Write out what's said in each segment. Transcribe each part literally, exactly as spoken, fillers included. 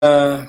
Euh,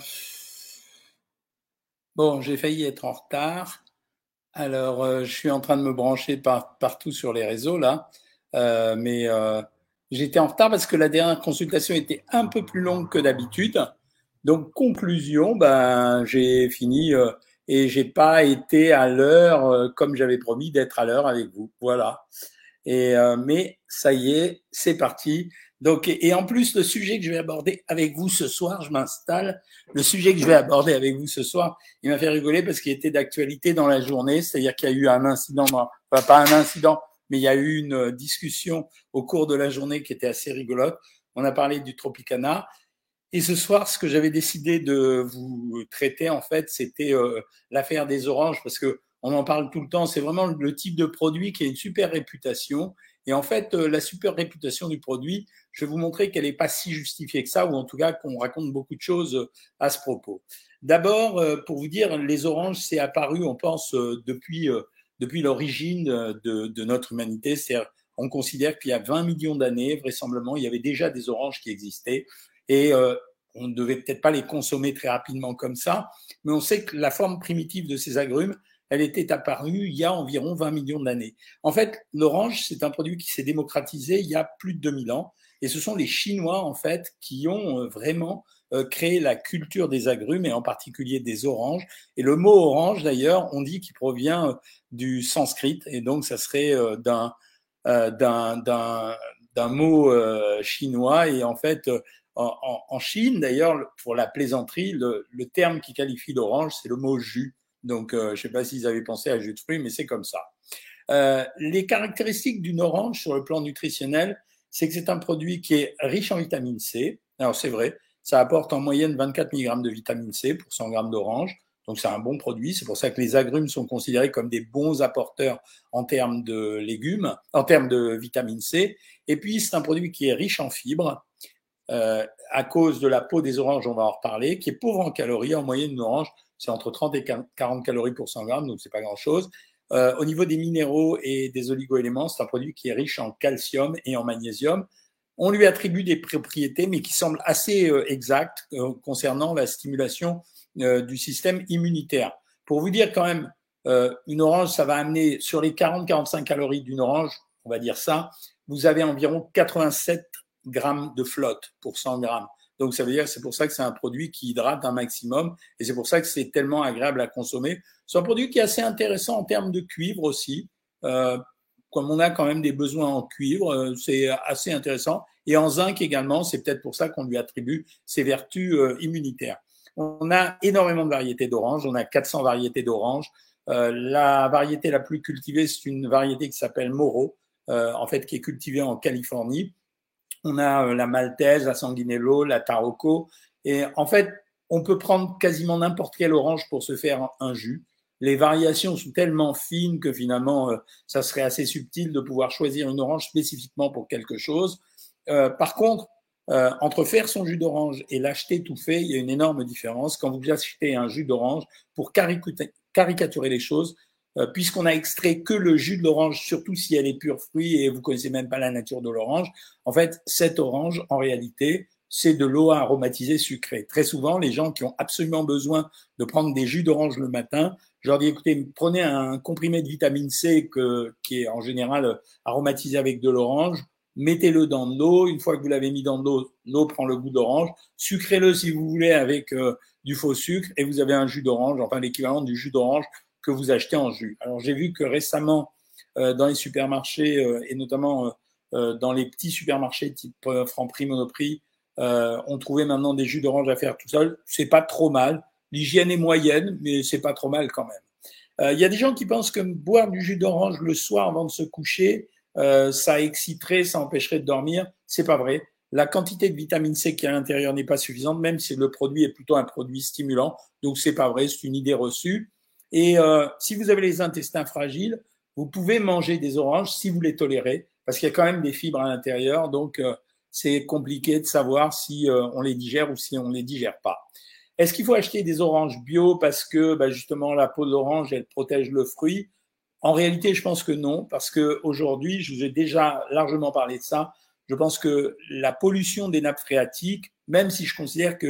bon, j'ai failli être en retard. Alors, euh, je suis en train de me brancher par- partout sur les réseaux là. Euh, mais euh, j'étais en retard parce que la dernière consultation était un peu plus longue que d'habitude. Donc, conclusion, ben, j'ai fini euh, et j'ai pas été à l'heure euh, comme j'avais promis d'être à l'heure avec vous. Voilà. Et, euh, mais ça y est, c'est parti. Donc, et, et en plus, le sujet que je vais aborder avec vous ce soir, je m'installe. Le sujet que je vais aborder avec vous ce soir, il m'a fait rigoler parce qu'il était d'actualité dans la journée. C'est-à-dire qu'il y a eu un incident, dans, enfin pas un incident, mais il y a eu une discussion au cours de la journée qui était assez rigolote. On a parlé du Tropicana. Et ce soir, ce que j'avais décidé de vous traiter, en fait, c'était euh, l'affaire des oranges, parce que on en parle tout le temps. C'est vraiment le type de produit qui a une super réputation. Et en fait, euh, la super réputation du produit, je vais vous montrer qu'elle n'est pas si justifiée que ça, ou en tout cas qu'on raconte beaucoup de choses euh, à ce propos. D'abord, euh, pour vous dire, les oranges, c'est apparu, on pense, euh, depuis, euh, depuis l'origine de, de notre humanité. C'est-à-dire, on considère qu'il y a vingt millions d'années, vraisemblablement, il y avait déjà des oranges qui existaient. Et euh, on ne devait peut-être pas les consommer très rapidement comme ça, mais on sait que la forme primitive de ces agrumes, elle était apparue il y a environ vingt millions d'années. En fait, l'orange, c'est un produit qui s'est démocratisé il y a plus de deux mille ans, et ce sont les Chinois, en fait, qui ont vraiment euh, créé la culture des agrumes, et en particulier des oranges. Et le mot orange, d'ailleurs, on dit qu'il provient euh, du sanskrit, et donc ça serait euh, d'un euh, d'un d'un d'un mot euh, chinois, et en fait, euh, en, en, en Chine, d'ailleurs, pour la plaisanterie, le, le terme qui qualifie l'orange, c'est le mot jus. Donc, euh, je ne sais pas s'ils avaient pensé à jus de fruits, mais c'est comme ça. Euh, les caractéristiques d'une orange sur le plan nutritionnel, c'est que c'est un produit qui est riche en vitamine C. Alors, c'est vrai, ça apporte en moyenne vingt-quatre milligrammes de vitamine C pour cent grammes d'orange. Donc, c'est un bon produit. C'est pour ça que les agrumes sont considérés comme des bons apporteurs en termes de légumes, en termes de vitamine C. Et puis, c'est un produit qui est riche en fibres euh, à cause de la peau des oranges, on va en reparler, qui est pauvre en calories. En moyenne, une orange, c'est entre trente et quarante calories pour cent grammes, donc c'est pas grand-chose. Euh, au niveau des minéraux et des oligoéléments, c'est un produit qui est riche en calcium et en magnésium. On lui attribue des propriétés, mais qui semblent assez euh, exactes euh, concernant la stimulation euh, du système immunitaire. Pour vous dire quand même, euh, une orange, ça va amener sur les quarante à quarante-cinq calories d'une orange, on va dire ça, vous avez environ quatre-vingt-sept grammes de flotte pour cent grammes. Donc ça veut dire, c'est pour ça que c'est un produit qui hydrate un maximum, et c'est pour ça que c'est tellement agréable à consommer. C'est un produit qui est assez intéressant en termes de cuivre aussi. Euh, comme on a quand même des besoins en cuivre, euh, c'est assez intéressant. Et en zinc également, c'est peut-être pour ça qu'on lui attribue ses vertus euh, immunitaires. On a énormément de variétés d'oranges, on a quatre cents variétés d'oranges. Euh, la variété la plus cultivée, c'est une variété qui s'appelle Moro, euh, en fait, qui est cultivée en Californie. On a euh, la Maltaise, la Sanguinello, la Tarocco. Et en fait, on peut prendre quasiment n'importe quelle orange pour se faire un jus. Les variations sont tellement fines que finalement, euh, ça serait assez subtil de pouvoir choisir une orange spécifiquement pour quelque chose. Euh, par contre, euh, entre faire son jus d'orange et l'acheter tout fait, il y a une énorme différence. Quand vous achetez un jus d'orange, pour caricaturer les choses, euh, puisqu'on a extrait que le jus de l'orange, surtout si elle est pure fruit et vous connaissez même pas la nature de l'orange, en fait, cette orange, en réalité, c'est de l'eau aromatisée sucrée. Très souvent, les gens qui ont absolument besoin de prendre des jus d'orange le matin, je leur dis, écoutez, prenez un comprimé de vitamine C que, qui est en général aromatisé avec de l'orange, mettez-le dans de l'eau. Une fois que vous l'avez mis dans de l'eau, l'eau prend le goût d'orange. Sucrez-le si vous voulez avec euh, du faux sucre et vous avez un jus d'orange, enfin l'équivalent du jus d'orange que vous achetez en jus. Alors j'ai vu que récemment, euh, dans les supermarchés euh, et notamment euh, euh, dans les petits supermarchés type euh, Franprix, Monoprix, euh, on trouvait maintenant des jus d'orange à faire tout seul. C'est pas trop mal. L'hygiène est moyenne, mais c'est pas trop mal quand même. Il euh, y a des gens qui pensent que boire du jus d'orange le soir avant de se coucher, euh, ça exciterait, ça empêcherait de dormir. C'est pas vrai. La quantité de vitamine C qui est à l'intérieur n'est pas suffisante, même si le produit est plutôt un produit stimulant. Donc c'est pas vrai, c'est une idée reçue. Et euh, si vous avez les intestins fragiles, vous pouvez manger des oranges si vous les tolérez, parce qu'il y a quand même des fibres à l'intérieur. Donc euh, c'est compliqué de savoir si euh, on les digère ou si on ne les digère pas. Est-ce qu'il faut acheter des oranges bio parce que bah, justement la peau d'orange elle protège le fruit? En réalité, je pense que non, parce que aujourd'hui, je vous ai déjà largement parlé de ça. Je pense que la pollution des nappes phréatiques, même si je considère que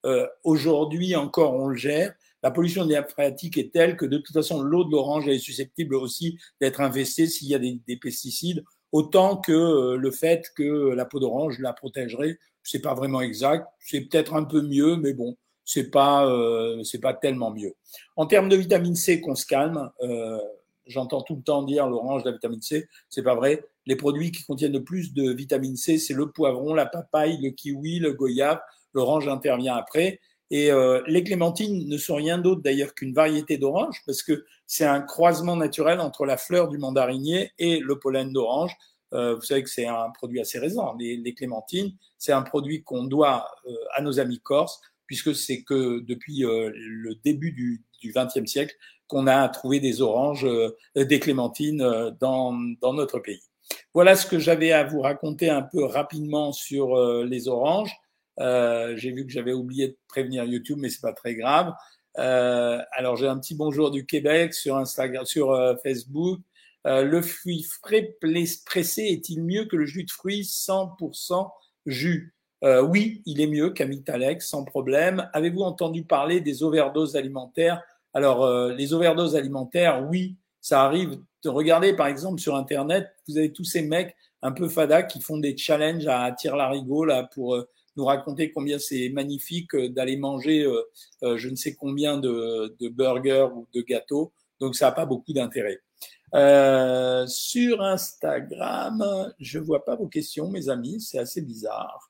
euh, aujourd'hui encore on le gère. La pollution des nappes phréatiques est telle que de toute façon l'eau de l'orange est susceptible aussi d'être infestée s'il y a des, des pesticides, autant que euh, le fait que la peau d'orange la protégerait. C'est pas vraiment exact, c'est peut-être un peu mieux, mais bon, c'est pas euh, c'est pas tellement mieux. En termes de vitamine C, qu'on se calme. Euh, J'entends tout le temps dire l'orange, la vitamine C, c'est pas vrai. Les produits qui contiennent le plus de vitamine C, c'est le poivron, la papaye, le kiwi, le goyave. L'orange intervient après. Et euh, les clémentines ne sont rien d'autre d'ailleurs qu'une variété d'orange, parce que c'est un croisement naturel entre la fleur du mandarinier et le pollen d'orange. Euh, vous savez que c'est un produit assez récent. Les, les clémentines, c'est un produit qu'on doit euh, à nos amis corses, puisque c'est que depuis euh, le début du vingtième siècle qu'on a trouvé des oranges, euh, des clémentines euh, dans, dans notre pays. Voilà ce que j'avais à vous raconter un peu rapidement sur euh, les oranges. Euh, j'ai vu que j'avais oublié de prévenir YouTube, mais c'est pas très grave. Euh, alors j'ai un petit bonjour du Québec sur Instagram, sur euh, Facebook. Euh, le fruit frais pressé est-il mieux que le jus de fruits cent pour cent jus? Euh, oui, il est mieux, Camille Talex, sans problème. Avez-vous entendu parler des overdoses alimentaires? Alors, euh, les overdoses alimentaires, oui, ça arrive. Regardez, par exemple, sur Internet, vous avez tous ces mecs un peu fada qui font des challenges à tire-larigot là pour euh, nous raconter combien c'est magnifique euh, d'aller manger euh, euh, je ne sais combien de, de burgers ou de gâteaux. Donc, ça n'a pas beaucoup d'intérêt. Euh, sur Instagram, je vois pas vos questions, mes amis. C'est assez bizarre.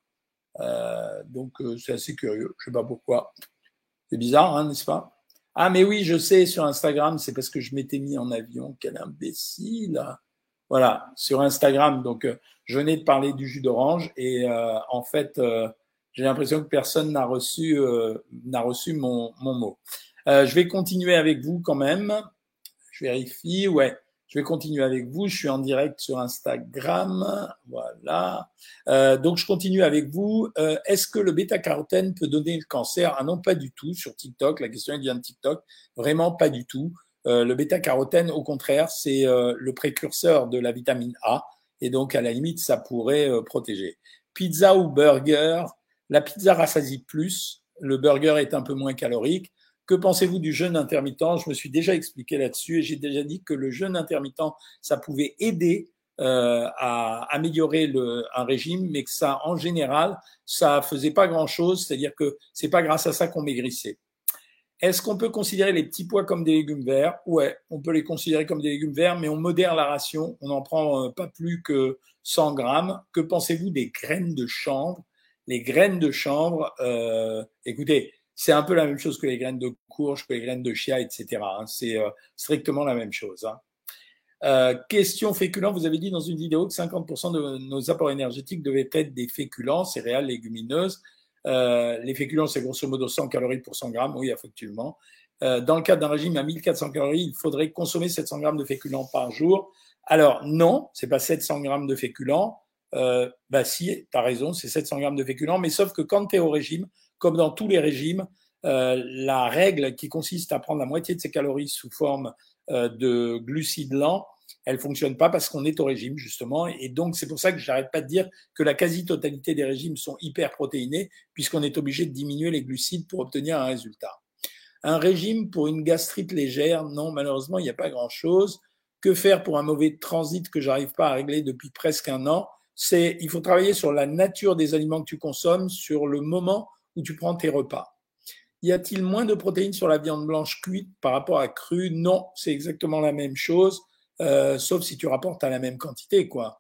Euh, donc, euh, c'est assez curieux. Je sais pas pourquoi. C'est bizarre, hein, n'est-ce pas? Ah, mais oui, je sais, sur Instagram, c'est parce que je m'étais mis en avion. Quel imbécile. Voilà, sur Instagram. Donc, euh, je venais de parler du jus d'orange et euh, en fait, euh, j'ai l'impression que personne n'a reçu, euh, n'a reçu mon, mon mot. Euh, je vais continuer avec vous quand même. Je vérifie, ouais. Je vais continuer avec vous. Je suis en direct sur Instagram. Voilà. Euh, donc, je continue avec vous. Euh, est-ce que le bêta-carotène peut donner le cancer? Ah non, pas du tout. Sur TikTok, la question elle vient de TikTok. Vraiment pas du tout. Euh, le bêta-carotène, au contraire, c'est euh, le précurseur de la vitamine A. Et donc, à la limite, ça pourrait euh, protéger. Pizza ou burger? La pizza rassasie plus. Le burger est un peu moins calorique. Que pensez-vous du jeûne intermittent? Je me suis déjà expliqué là-dessus et j'ai déjà dit que le jeûne intermittent, ça pouvait aider euh, à améliorer le, un régime, mais que ça, en général, ça faisait pas grand-chose, c'est-à-dire que c'est pas grâce à ça qu'on maigrissait. Est-ce qu'on peut considérer les petits pois comme des légumes verts? Ouais, on peut les considérer comme des légumes verts, mais on modère la ration, on n'en prend pas plus que cent grammes. Que pensez-vous des graines de chanvre? Les graines de chanvre, euh, écoutez, c'est un peu la même chose que les graines de courge, que les graines de chia, et cetera. Hein. C'est euh, strictement la même chose. Hein. Euh, question féculents, vous avez dit dans une vidéo que cinquante pour cent de nos apports énergétiques devaient être des féculents, céréales, légumineuses. Euh, les féculents, c'est grosso modo cent calories pour cent grammes, oui, effectivement. Euh, dans le cadre d'un régime à mille quatre cents calories, il faudrait consommer sept cents grammes de féculents par jour. Alors, non, c'est pas sept cents grammes de féculents. Euh, bah si, tu as raison, c'est sept cents grammes de féculents, mais sauf que quand tu es au régime, comme dans tous les régimes, euh, la règle qui consiste à prendre la moitié de ses calories sous forme euh, de glucides lents, elle fonctionne pas parce qu'on est au régime, justement. Et donc, c'est pour ça que j'arrête pas de dire que la quasi-totalité des régimes sont hyper protéinés, puisqu'on est obligé de diminuer les glucides pour obtenir un résultat. Un régime pour une gastrite légère, non, malheureusement, il n'y a pas grand-chose. Que faire pour un mauvais transit que j'arrive pas à régler depuis presque un an? C'est, il faut travailler sur la nature des aliments que tu consommes, sur le moment où tu prends tes repas. Y a-t-il moins de protéines sur la viande blanche cuite par rapport à crue? Non, c'est exactement la même chose, euh, sauf si tu rapportes à la même quantité, quoi.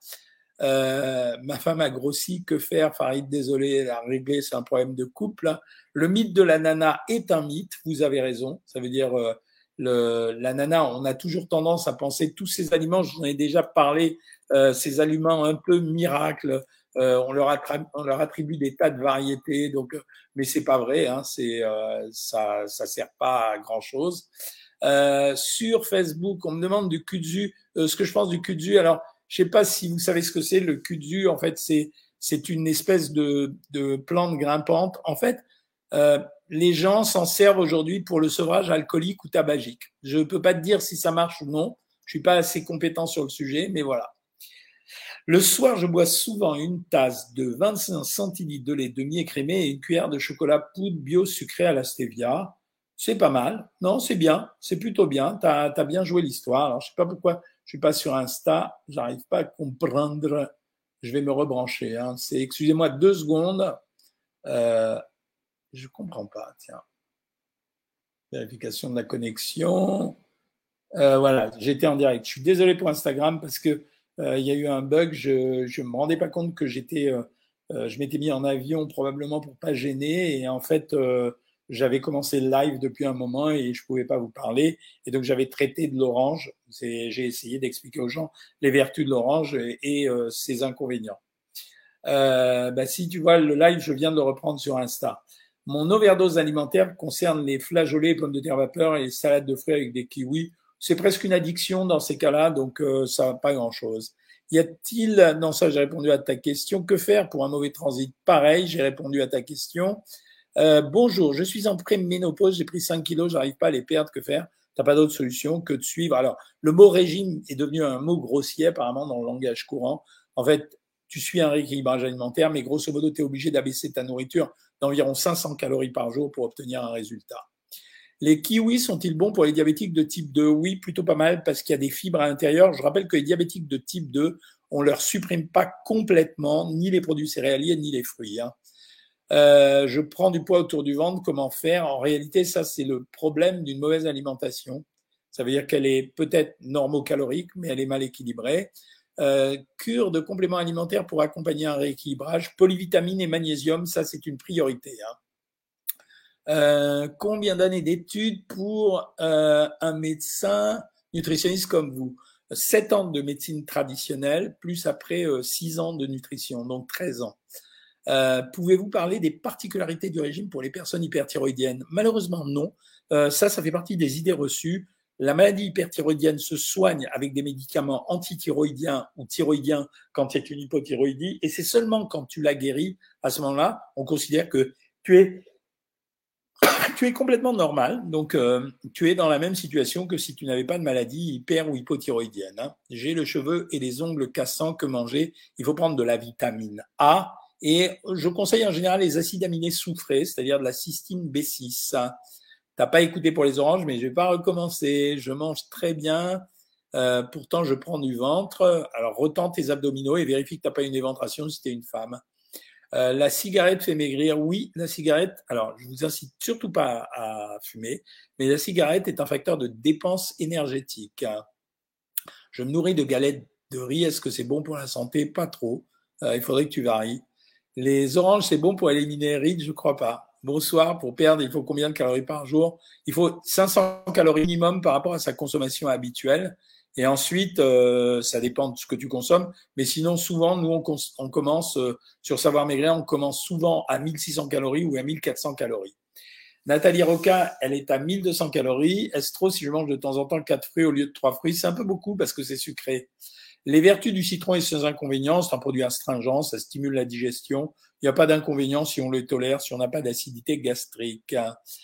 Euh, ma femme a grossi, que faire? Farid, désolé, à régler, c'est un problème de couple. Le mythe de la nana est un mythe, vous avez raison. Ça veut dire, euh, le, la nana, on a toujours tendance à penser tous ces aliments, j'en ai déjà parlé, euh, ces aliments un peu miracles, euh, on, leur attribue, on leur attribue des tas de variétés, donc, mais c'est pas vrai, hein, c'est, euh, ça, ça sert pas à grand chose. Euh, sur Facebook, on me demande du kudzu, euh, ce que je pense du kudzu. Alors, je sais pas si vous savez ce que c'est le kudzu. En fait, c'est c'est une espèce de de plante grimpante. En fait, euh, les gens s'en servent aujourd'hui pour le sevrage alcoolique ou tabagique. Je peux pas te dire si ça marche ou non. Je suis pas assez compétent sur le sujet, mais voilà. Le soir, je bois souvent une tasse de vingt-cinq centilitres de lait demi-écrémé et une cuillère de chocolat poudre bio sucré à la stevia. C'est pas mal. Non, c'est bien. C'est plutôt bien. Tu as bien joué l'histoire. Alors, je sais pas pourquoi je suis pas sur Insta. J'arrive pas à comprendre. Je vais me rebrancher. Hein. C'est, excusez-moi, deux secondes. Euh, je comprends pas. Tiens. Vérification de la connexion. Euh, voilà, j'étais en direct. Je suis désolé pour Instagram parce que euh, il y a eu un bug. Je je me rendais pas compte que j'étais, euh, euh, je m'étais mis en avion probablement pour pas gêner et en fait euh, j'avais commencé le live depuis un moment et je pouvais pas vous parler et donc j'avais traité de l'orange. C'est, j'ai essayé d'expliquer aux gens les vertus de l'orange et, et euh, ses inconvénients. Euh, bah, si tu vois le live, je viens de le reprendre sur Insta. Mon overdose alimentaire concerne les flageolets, pommes de terre vapeur et salades de fruits avec des kiwis. C'est presque une addiction dans ces cas-là, donc euh, ça va pas grand-chose. Y a-t-il, non ça j'ai répondu à ta question, que faire pour un mauvais transit? Pareil, j'ai répondu à ta question. Euh, bonjour, je suis en pré-ménopause, j'ai pris cinq kilos, j'arrive pas à les perdre, que faire? T'as pas d'autre solution que de suivre. Alors, le mot régime est devenu un mot grossier apparemment dans le langage courant. En fait, tu suis un rééquilibrage alimentaire, mais grosso modo, tu es obligé d'abaisser ta nourriture d'environ cinq cents calories par jour pour obtenir un résultat. Les kiwis sont-ils bons pour les diabétiques de type deux? Oui, plutôt pas mal parce qu'il y a des fibres à l'intérieur. Je rappelle que les diabétiques de type deux, on ne leur supprime pas complètement ni les produits céréaliers ni les fruits. Hein. Euh, je prends du poids autour du ventre, comment faire? En réalité, ça, c'est le problème d'une mauvaise alimentation. Ça veut dire qu'elle est peut-être normocalorique, mais elle est mal équilibrée. Euh, cure de compléments alimentaires pour accompagner un rééquilibrage. Polyvitamines et magnésium, ça, c'est une priorité. Hein. Euh, combien d'années d'études pour euh, un médecin nutritionniste comme vous? Sept ans de médecine traditionnelle, plus après euh, six ans de nutrition, donc treize ans. Euh, pouvez-vous parler des particularités du régime pour les personnes hyperthyroïdiennes? Malheureusement, non. Euh, ça, ça fait partie des idées reçues. La maladie hyperthyroïdienne se soigne avec des médicaments antithyroïdiens ou thyroïdiens quand il y a une hypothyroïdie, et c'est seulement quand tu l'as guéri, à ce moment-là, on considère que tu es tu es complètement normal, donc euh, tu es dans la même situation que si tu n'avais pas de maladie hyper ou hypothyroïdienne. Hein. J'ai le cheveu et les ongles cassants, que manger? Il faut prendre de la vitamine A et je conseille en général les acides aminés soufrés, c'est-à-dire de la cystine B six. T'as pas écouté pour les oranges, mais je vais pas recommencer. Je mange très bien, euh, pourtant je prends du ventre. Alors retente tes abdominaux et vérifie que t'as pas une éventration si t'es une femme. Euh, la cigarette fait maigrir, oui, la cigarette, alors je vous incite surtout pas à, à fumer, mais la cigarette est un facteur de dépense énergétique. Je me nourris de galettes de riz, est-ce que c'est bon pour la santé? Pas trop, euh, il faudrait que tu varies. Les oranges, c'est bon pour éliminer les rides? Je crois pas. Bonsoir, pour perdre, il faut combien de calories par jour? Il faut cinq cents calories minimum par rapport à sa consommation habituelle. Et ensuite, euh, ça dépend de ce que tu consommes. Mais sinon, souvent, nous, on, cons- on commence, euh, sur Savoir Maigrir, on commence souvent à mille six cents calories ou à mille quatre cents calories. Nathalie Roca, elle est à mille deux cents calories. Est-ce trop si je mange de temps en temps quatre fruits au lieu de trois fruits? C'est un peu beaucoup parce que c'est sucré. Les vertus du citron et ses inconvénients, c'est un produit astringent, ça stimule la digestion. Il n'y a pas d'inconvénients si on le tolère, si on n'a pas d'acidité gastrique.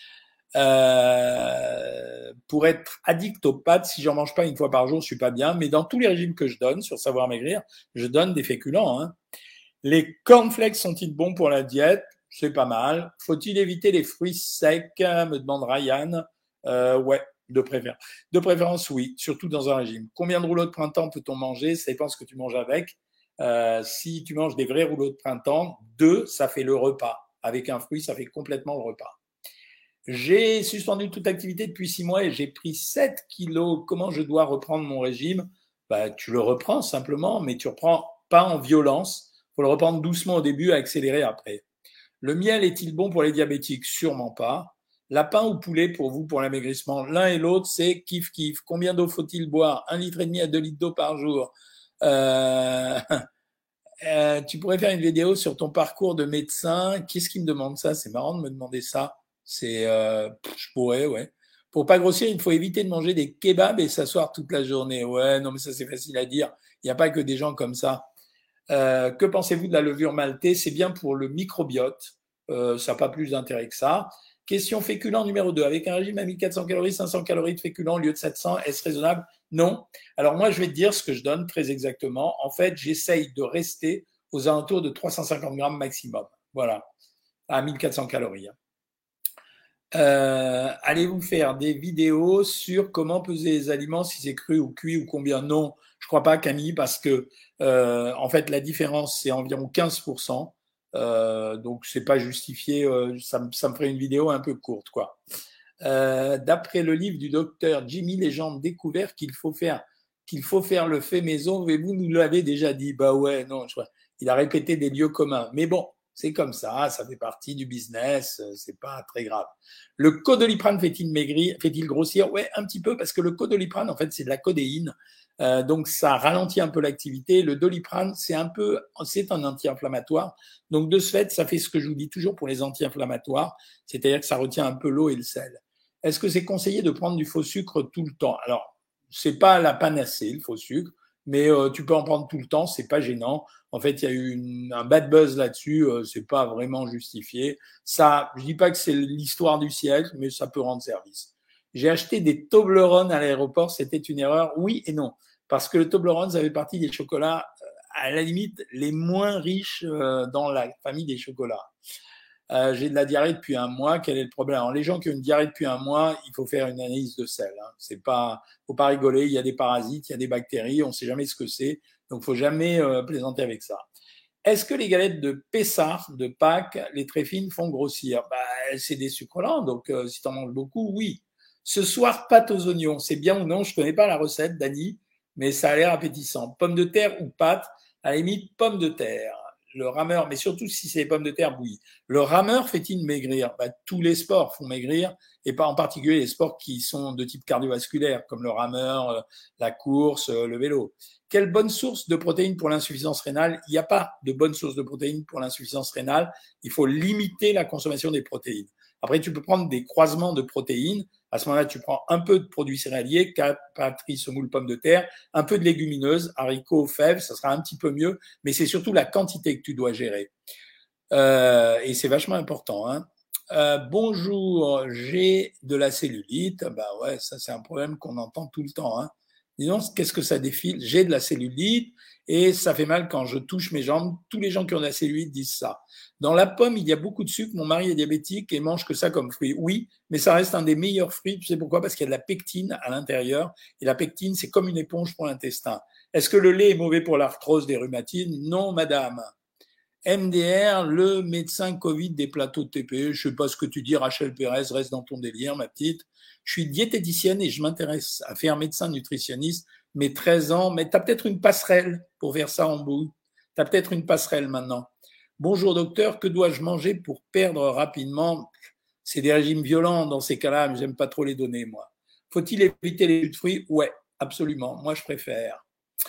Euh, pour être addict aux pâtes, si j'en mange pas une fois par jour, je suis pas bien. Mais dans tous les régimes que je donne sur Savoir Maigrir, je donne des féculents. Hein. Les cornflakes sont-ils bons pour la diète? C'est pas mal. Faut-il éviter les fruits secs? Me demande Ryan. Euh, ouais, de préférence. De préférence, oui, surtout dans un régime. Combien de rouleaux de printemps peut-on manger? Ça dépend ce que tu manges avec. Euh, si tu manges des vrais rouleaux de printemps, deux, ça fait le repas. Avec un fruit, ça fait complètement le repas. J'ai suspendu toute activité depuis six mois et j'ai pris sept kilos. Comment je dois reprendre mon régime? Bah, tu le reprends simplement, mais tu reprends pas en violence. Il faut le reprendre doucement au début, accélérer après. Le miel est-il bon pour les diabétiques? Sûrement pas. Lapin ou poulet pour vous pour l'amaigrissement? L'un et l'autre, c'est kiff kiff. Combien d'eau faut-il boire? Un litre et demi à deux litres d'eau par jour. Euh... Euh, tu pourrais faire une vidéo sur ton parcours de médecin. Qu'est-ce qui me demande ça? C'est marrant de me demander ça. C'est, euh, je pourrais, ouais. Pour pas grossir, il faut éviter de manger des kebabs et s'asseoir toute la journée. Ouais, non, mais ça c'est facile à dire. Il n'y a pas que des gens comme ça. Euh, que pensez-vous de la levure maltée? C'est bien pour le microbiote. Euh, ça n'a pas plus d'intérêt que ça. Question féculent numéro deux. Avec un régime à mille quatre cents calories, cinq cents calories de féculents au lieu de sept cents, est-ce raisonnable? Non. Alors moi, je vais te dire ce que je donne très exactement. En fait, j'essaye de rester aux alentours de trois cent cinquante grammes maximum. Voilà, à mille quatre cents calories. Euh, allez-vous faire des vidéos sur comment peser les aliments, si c'est cru ou cuit ou combien? Non, je crois pas, Camille, parce que euh, en fait la différence c'est environ quinze pour cent, euh, donc c'est pas justifié. Euh, ça, me- ça me ferait une vidéo un peu courte, quoi. Euh, d'après le livre du docteur Jimmy Legendre, découvert qu'il faut faire qu'il faut faire le fait maison. Mais vous nous l'avez déjà dit. Bah ouais, non, je crois. Il a répété des lieux communs. Mais bon, c'est comme ça, ça fait partie du business, c'est pas très grave. Le codoliprane fait-il maigrir, fait-il grossir? Ouais, un petit peu, parce que le codoliprane, en fait, c'est de la codéine. Euh, donc ça ralentit un peu l'activité. Le doliprane, c'est un peu, c'est un anti-inflammatoire. Donc de ce fait, ça fait ce que je vous dis toujours pour les anti-inflammatoires, c'est-à-dire que ça retient un peu l'eau et le sel. Est-ce que c'est conseillé de prendre du faux sucre tout le temps? Alors, c'est pas la panacée, le faux sucre, mais euh, tu peux en prendre tout le temps, c'est pas gênant. En fait, il y a eu une, un bad buzz là-dessus, euh, c'est pas vraiment justifié. Ça, je dis pas que c'est l'histoire du siècle, mais ça peut rendre service. J'ai acheté des Toblerone à l'aéroport, c'était une erreur? Oui et non, parce que le Toblerone, ça fait partie des chocolats, euh, à la limite, les moins riches euh, dans la famille des chocolats. Euh, j'ai de la diarrhée depuis un mois, quel est le problème? Alors, les gens qui ont une diarrhée depuis un mois, il faut faire une analyse de sel. Hein. C'est pas, faut pas rigoler, il y a des parasites, il y a des bactéries, on ne sait jamais ce que c'est, donc faut jamais euh, plaisanter avec ça. Est-ce que les galettes de Pessard, de Pâques, les très fines, font grossir? Bah, c'est des sucres lents, donc euh, si tu en manges beaucoup, oui. Ce soir, pâte aux oignons, c'est bien ou non? Je connais pas la recette, Dani, mais ça a l'air appétissant. Pommes de terre ou pâte? À la limite, pommes de terre. Le rameur, mais surtout si c'est les pommes de terre bouillies. Le rameur fait-il maigrir? Bah, tous les sports font maigrir, et pas en particulier les sports qui sont de type cardiovasculaire, comme le rameur, euh, la course, euh, le vélo. Quelle bonne source de protéines pour l'insuffisance rénale? Il n'y a pas de bonne source de protéines pour l'insuffisance rénale. Il faut limiter la consommation des protéines. Après, tu peux prendre des croisements de protéines. À ce moment-là, tu prends un peu de produits céréaliers, patrie, semoule, pommes de terre, un peu de légumineuses, haricots, fèves, ça sera un petit peu mieux, mais c'est surtout la quantité que tu dois gérer. Euh, et c'est vachement important. Hein. Euh, bonjour, j'ai de la cellulite. Bah ouais, ça c'est un problème qu'on entend tout le temps. Hein. Dis donc, qu'est-ce que ça défile? J'ai de la cellulite et ça fait mal quand je touche mes jambes. Tous les gens qui ont de la cellulite disent ça. Dans la pomme, il y a beaucoup de sucre. Mon mari est diabétique et mange que ça comme fruit. Oui, mais ça reste un des meilleurs fruits. Tu sais pourquoi? Parce qu'il y a de la pectine à l'intérieur. Et la pectine, c'est comme une éponge pour l'intestin. Est-ce que le lait est mauvais pour l'arthrose des rhumatines? Non, madame. M D R, le médecin Covid des plateaux de T P E. Je sais pas ce que tu dis, Rachel Pérez, reste dans ton délire, ma petite. Je suis diététicienne et je m'intéresse à faire médecin nutritionniste, mais treize ans, mais tu as peut-être une passerelle pour faire ça en bout. Tu as peut-être une passerelle maintenant. Bonjour docteur, que dois-je manger pour perdre rapidement? C'est des régimes violents dans ces cas-là, mais j'aime pas trop les donner, moi. Faut-il éviter les jus de fruits? Ouais, absolument. Moi, je préfère.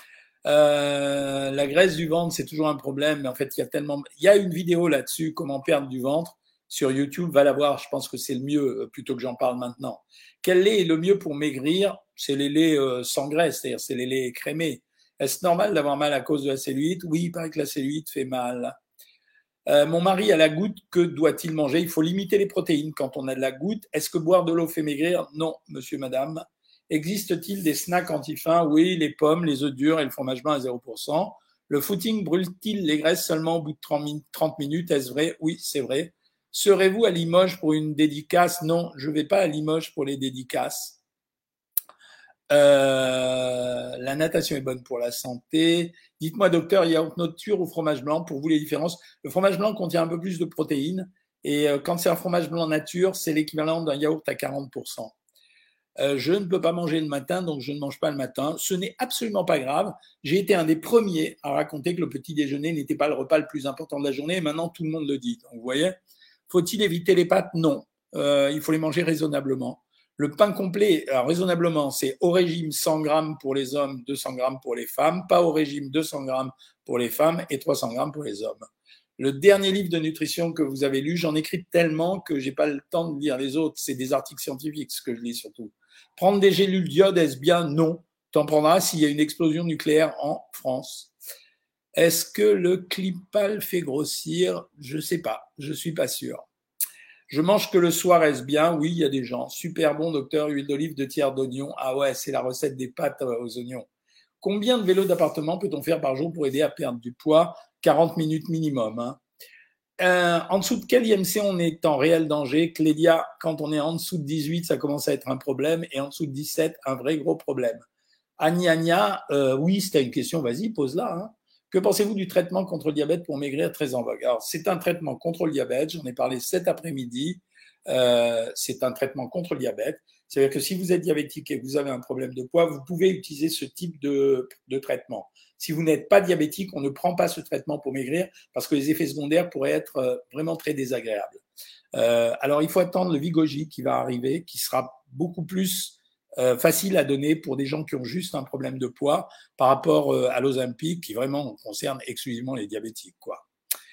Euh, la graisse du ventre, c'est toujours un problème, mais en fait, il y a tellement. Il y a une vidéo là-dessus, comment perdre du ventre, sur YouTube, va la voir, je pense que c'est le mieux, plutôt que j'en parle maintenant. Quel lait est le mieux pour maigrir? C'est les laits euh, sans graisse, c'est-à-dire c'est les laits écrémés. Est-ce normal d'avoir mal à cause de la cellulite? Oui, il paraît que la cellulite fait mal. Euh, mon mari a la goutte, que doit-il manger? Il faut limiter les protéines quand on a de la goutte. Est-ce que boire de l'eau fait maigrir? Non, monsieur, madame. Existe-t-il des snacks anti-faim? Oui, les pommes, les œufs durs et le fromage blanc à zéro pour cent. Le footing brûle-t-il les graisses seulement au bout de trente minutes? Est-ce vrai? Oui, c'est vrai. Serez-vous à Limoges pour une dédicace? Non, je ne vais pas à Limoges pour les dédicaces. Euh, la natation est bonne pour la santé. Dites-moi, docteur, yaourt nature ou fromage blanc, pour vous les différences? Le fromage blanc contient un peu plus de protéines et euh, quand c'est un fromage blanc nature, c'est l'équivalent d'un yaourt à quarante pour cent. Euh, je ne peux pas manger le matin, donc je ne mange pas le matin. Ce n'est absolument pas grave. J'ai été un des premiers à raconter que le petit déjeuner n'était pas le repas le plus important de la journée, et maintenant tout le monde le dit. Donc, vous voyez, faut-il éviter les pâtes? Non. Euh, il faut les manger raisonnablement. Le pain complet, alors raisonnablement, c'est au régime cent grammes pour les hommes, deux cents grammes pour les femmes, pas au régime deux cents grammes pour les femmes et trois cents grammes pour les hommes. Le dernier livre de nutrition que vous avez lu, j'en écris tellement que j'ai pas le temps de lire les autres. C'est des articles scientifiques, ce que je lis surtout. Prendre des gélules d'iode, est-ce bien? Non. T'en prendras s'il y a une explosion nucléaire en France. Est-ce que le Clipal fait grossir? Je sais pas, je suis pas sûr. Je mange que le soir, est-ce bien? Oui, il y a des gens. Super bon, docteur, huile d'olive, deux tiers d'oignon. Ah ouais, c'est la recette des pâtes aux oignons. Combien de vélos d'appartement peut-on faire par jour pour aider à perdre du poids? quarante minutes minimum. Hein. Euh, en dessous de quel I M C on est en réel danger? Clélia, quand on est en dessous de dix-huit, ça commence à être un problème, et en dessous de dix-sept, un vrai gros problème. Anya, Anya, euh, oui, si tu as une question, vas-y, pose-la. Hein. Que pensez-vous du traitement contre le diabète pour maigrir, très en vogue? Alors, c'est un traitement contre le diabète, j'en ai parlé cet après-midi. Euh, c'est un traitement contre le diabète. C'est-à-dire que si vous êtes diabétique et que vous avez un problème de poids, vous pouvez utiliser ce type de, de traitement. Si vous n'êtes pas diabétique, on ne prend pas ce traitement pour maigrir parce que les effets secondaires pourraient être vraiment très désagréables. Euh, alors, il faut attendre le Vigogy qui va arriver, qui sera beaucoup plus euh, facile à donner pour des gens qui ont juste un problème de poids par rapport euh, à l'Ozempic qui vraiment concerne exclusivement les diabétiques, quoi.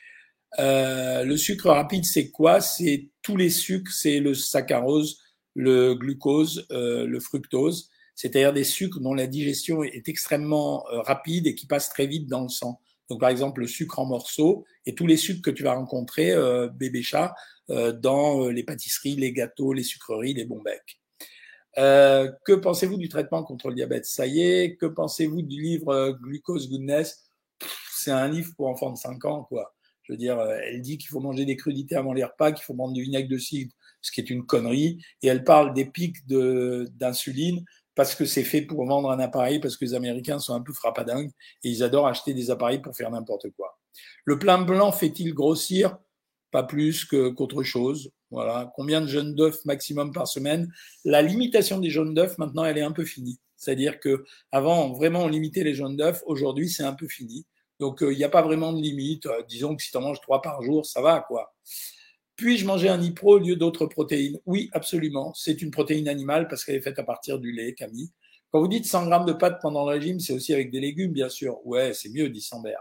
Euh, le sucre rapide, c'est quoi? C'est tous les sucres, c'est le saccharose, le glucose, euh, le fructose, c'est-à-dire des sucres dont la digestion est extrêmement euh, rapide et qui passent très vite dans le sang. Donc, par exemple, le sucre en morceaux et tous les sucres que tu vas rencontrer, euh, bébé chat, euh, dans euh, les pâtisseries, les gâteaux, les sucreries, les bons becs. Euh, que pensez-vous du traitement contre le diabète? Ça y est. Que pensez-vous du livre euh, Glucose Goodness? C'est un livre pour enfants de cinq ans, quoi. Je veux dire, elle dit qu'il faut manger des crudités avant les repas, qu'il faut prendre du vinaigre de cidre, ce qui est une connerie. Et elle parle des pics de, d'insuline parce que c'est fait pour vendre un appareil, parce que les Américains sont un peu frappadingues et ils adorent acheter des appareils pour faire n'importe quoi. Le pain blanc fait-il grossir? Pas plus que, qu'autre chose. Voilà. Combien de jaunes d'œufs maximum par semaine? La limitation des jaunes d'œufs, maintenant, elle est un peu finie. C'est-à-dire que avant, vraiment, on limitait les jaunes d'œufs. Aujourd'hui, c'est un peu fini. Donc, il euh, n'y a pas vraiment de limite. Euh, disons que si tu en manges trois par jour, ça va, quoi. Puis-je manger un nipro au lieu d'autres protéines? Oui, absolument. C'est une protéine animale parce qu'elle est faite à partir du lait, Camille. Quand vous dites cent grammes de pâtes pendant le régime, c'est aussi avec des légumes, bien sûr. Ouais, c'est mieux, dit Sambert.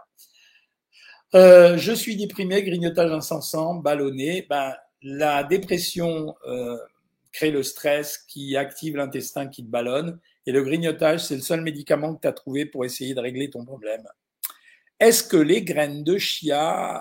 Euh, je suis déprimé, grignotage incessant, ballonné. Ben, la dépression euh, crée le stress qui active l'intestin qui te ballonne. Et le grignotage, c'est le seul médicament que tu as trouvé pour essayer de régler ton problème. Est-ce que les graines de chia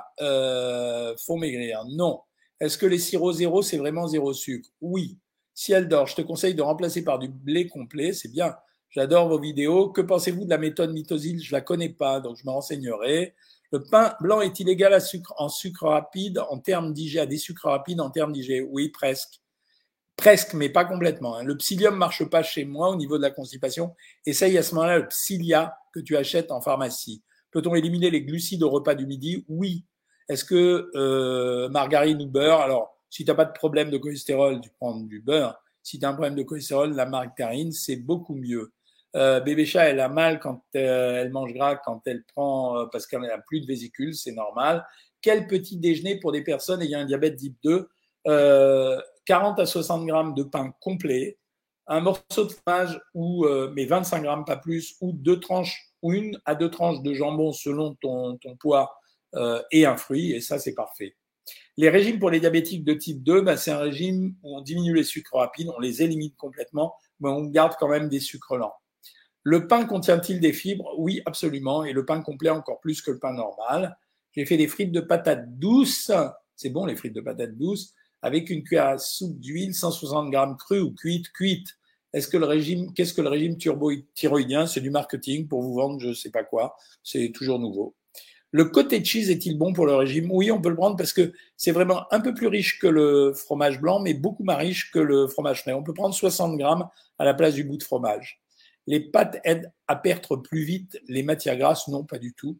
euh, font maigrir? Non. Est-ce que les sirops zéro, c'est vraiment zéro sucre? Oui. Si elle dort, je te conseille de remplacer par du blé complet, c'est bien. J'adore vos vidéos. Que pensez-vous de la méthode Mitosil? Je la connais pas, donc je me renseignerai. Le pain blanc est-il égal à sucre, en sucre rapide en termes d'I G, à des sucres rapides en termes d'I G? Oui, presque. Presque, mais pas complètement. Hein. Le psyllium marche pas chez moi au niveau de la constipation. Essaye à ce moment-là le psyllia que tu achètes en pharmacie. Peut-on éliminer les glucides au repas du midi? Oui. Est-ce que euh, margarine ou beurre? Alors, si tu n'as pas de problème de cholestérol, tu prends du beurre. Si tu as un problème de cholestérol, la margarine, c'est beaucoup mieux. Euh, bébé chat, elle a mal quand euh, elle mange gras, quand elle prend, euh, parce qu'elle n'a plus de vésicule, c'est normal. Quel petit déjeuner pour des personnes ayant un diabète type deux? euh, quarante à soixante grammes de pain complet, un morceau de fromage ou euh, mais vingt-cinq grammes pas plus, ou deux tranches ou une à deux tranches de jambon selon ton, ton poids euh, et un fruit, et ça c'est parfait. Les régimes pour les diabétiques de type deux, ben, c'est un régime où on diminue les sucres rapides, on les élimine complètement, mais on garde quand même des sucres lents. Le pain contient-il des fibres? Oui, absolument, et le pain complet encore plus que le pain normal. J'ai fait des frites de patates douces, c'est bon les frites de patates douces, avec une cuillère à soupe d'huile, cent soixante grammes crues ou cuites, cuites. Est-ce que le régime, qu'est-ce que le régime turbo-thyroïdien? C'est du marketing pour vous vendre je ne sais pas quoi, c'est toujours nouveau. Le cottage cheese est-il bon pour le régime? Oui, on peut le prendre parce que c'est vraiment un peu plus riche que le fromage blanc, mais beaucoup moins riche que le fromage frais. On peut prendre soixante grammes à la place du bout de fromage. Les pâtes aident à perdre plus vite les matières grasses? Non, pas du tout.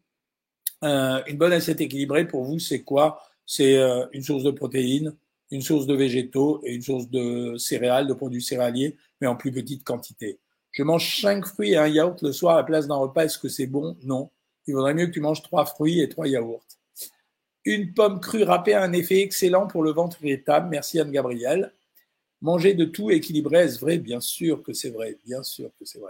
Euh, une bonne assiette équilibrée, pour vous, c'est quoi? C'est euh, une source de protéines, une source de végétaux et une source de céréales, de produits céréaliers, mais en plus petite quantité. Je mange cinq fruits et un yaourt le soir à la place d'un repas. Est-ce que c'est bon? Non. Il vaudrait mieux que tu manges trois fruits et trois yaourts. Une pomme crue râpée a un effet excellent pour le ventre irritable. Merci Anne-Gabrielle. Manger de tout équilibré, est-ce vrai? Bien sûr que c'est vrai. Bien sûr que c'est vrai.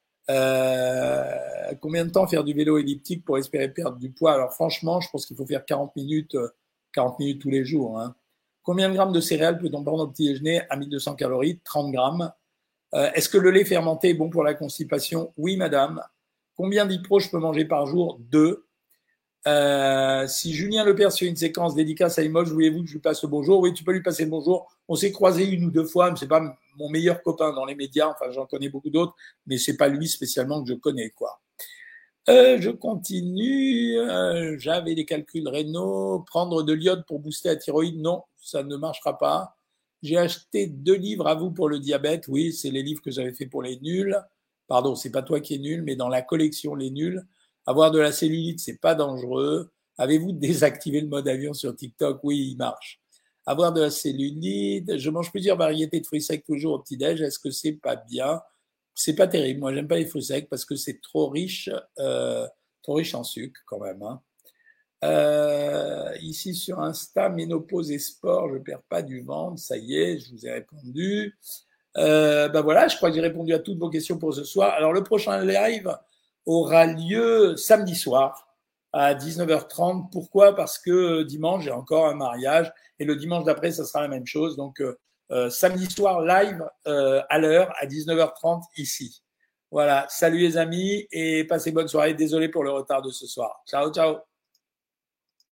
Euh, combien de temps faire du vélo elliptique pour espérer perdre du poids? Alors franchement, je pense qu'il faut faire quarante minutes, quarante minutes tous les jours. Hein. Combien de grammes de céréales peut-on prendre au petit déjeuner à mille deux cents calories? trente grammes. Euh, est-ce que le lait fermenté est bon pour la constipation? Oui, madame. Combien d'ipro je peux manger par jour? Deux. Euh, si Julien Lepers fait une séquence dédicace à Limoges, voulez-vous que je lui passe le bonjour? Oui, tu peux lui passer le bonjour. On s'est croisés une ou deux fois, mais c'est pas mon meilleur copain dans les médias. Enfin, j'en connais beaucoup d'autres, mais c'est pas lui spécialement que je connais, quoi. Euh, je continue. Euh, J'avais des calculs rénaux. Prendre de l'iode pour booster la thyroïde, non, ça ne marchera pas. J'ai acheté deux livres à vous pour le diabète. Oui, c'est les livres que j'avais fait pour les nuls. Pardon, c'est pas toi qui es nul, mais dans la collection Les Nuls. Avoir de la cellulite, c'est pas dangereux. Avez-vous désactivé le mode avion sur TikTok? Oui, il marche. Avoir de la cellulite. Je mange plusieurs variétés de fruits secs toujours au petit-déj. Est-ce que c'est pas bien? C'est pas terrible. Moi, j'aime pas les fruits secs parce que c'est trop riche, euh, trop riche en sucre quand même. Hein. Euh, ici sur Insta, ménopause et sport, je perds pas du ventre. Ça y est, je vous ai répondu. Euh, ben voilà, je crois que j'ai répondu à toutes vos questions pour ce soir. Alors le prochain live aura lieu samedi soir à dix-neuf heures trente. Pourquoi? Parce que dimanche, j'ai encore un mariage et le dimanche d'après, ça sera la même chose. Donc euh, euh, samedi soir live euh, à l'heure à dix-neuf heures trente ici. Voilà, salut les amis et passez bonne soirée. Désolé pour le retard de ce soir. Ciao, ciao.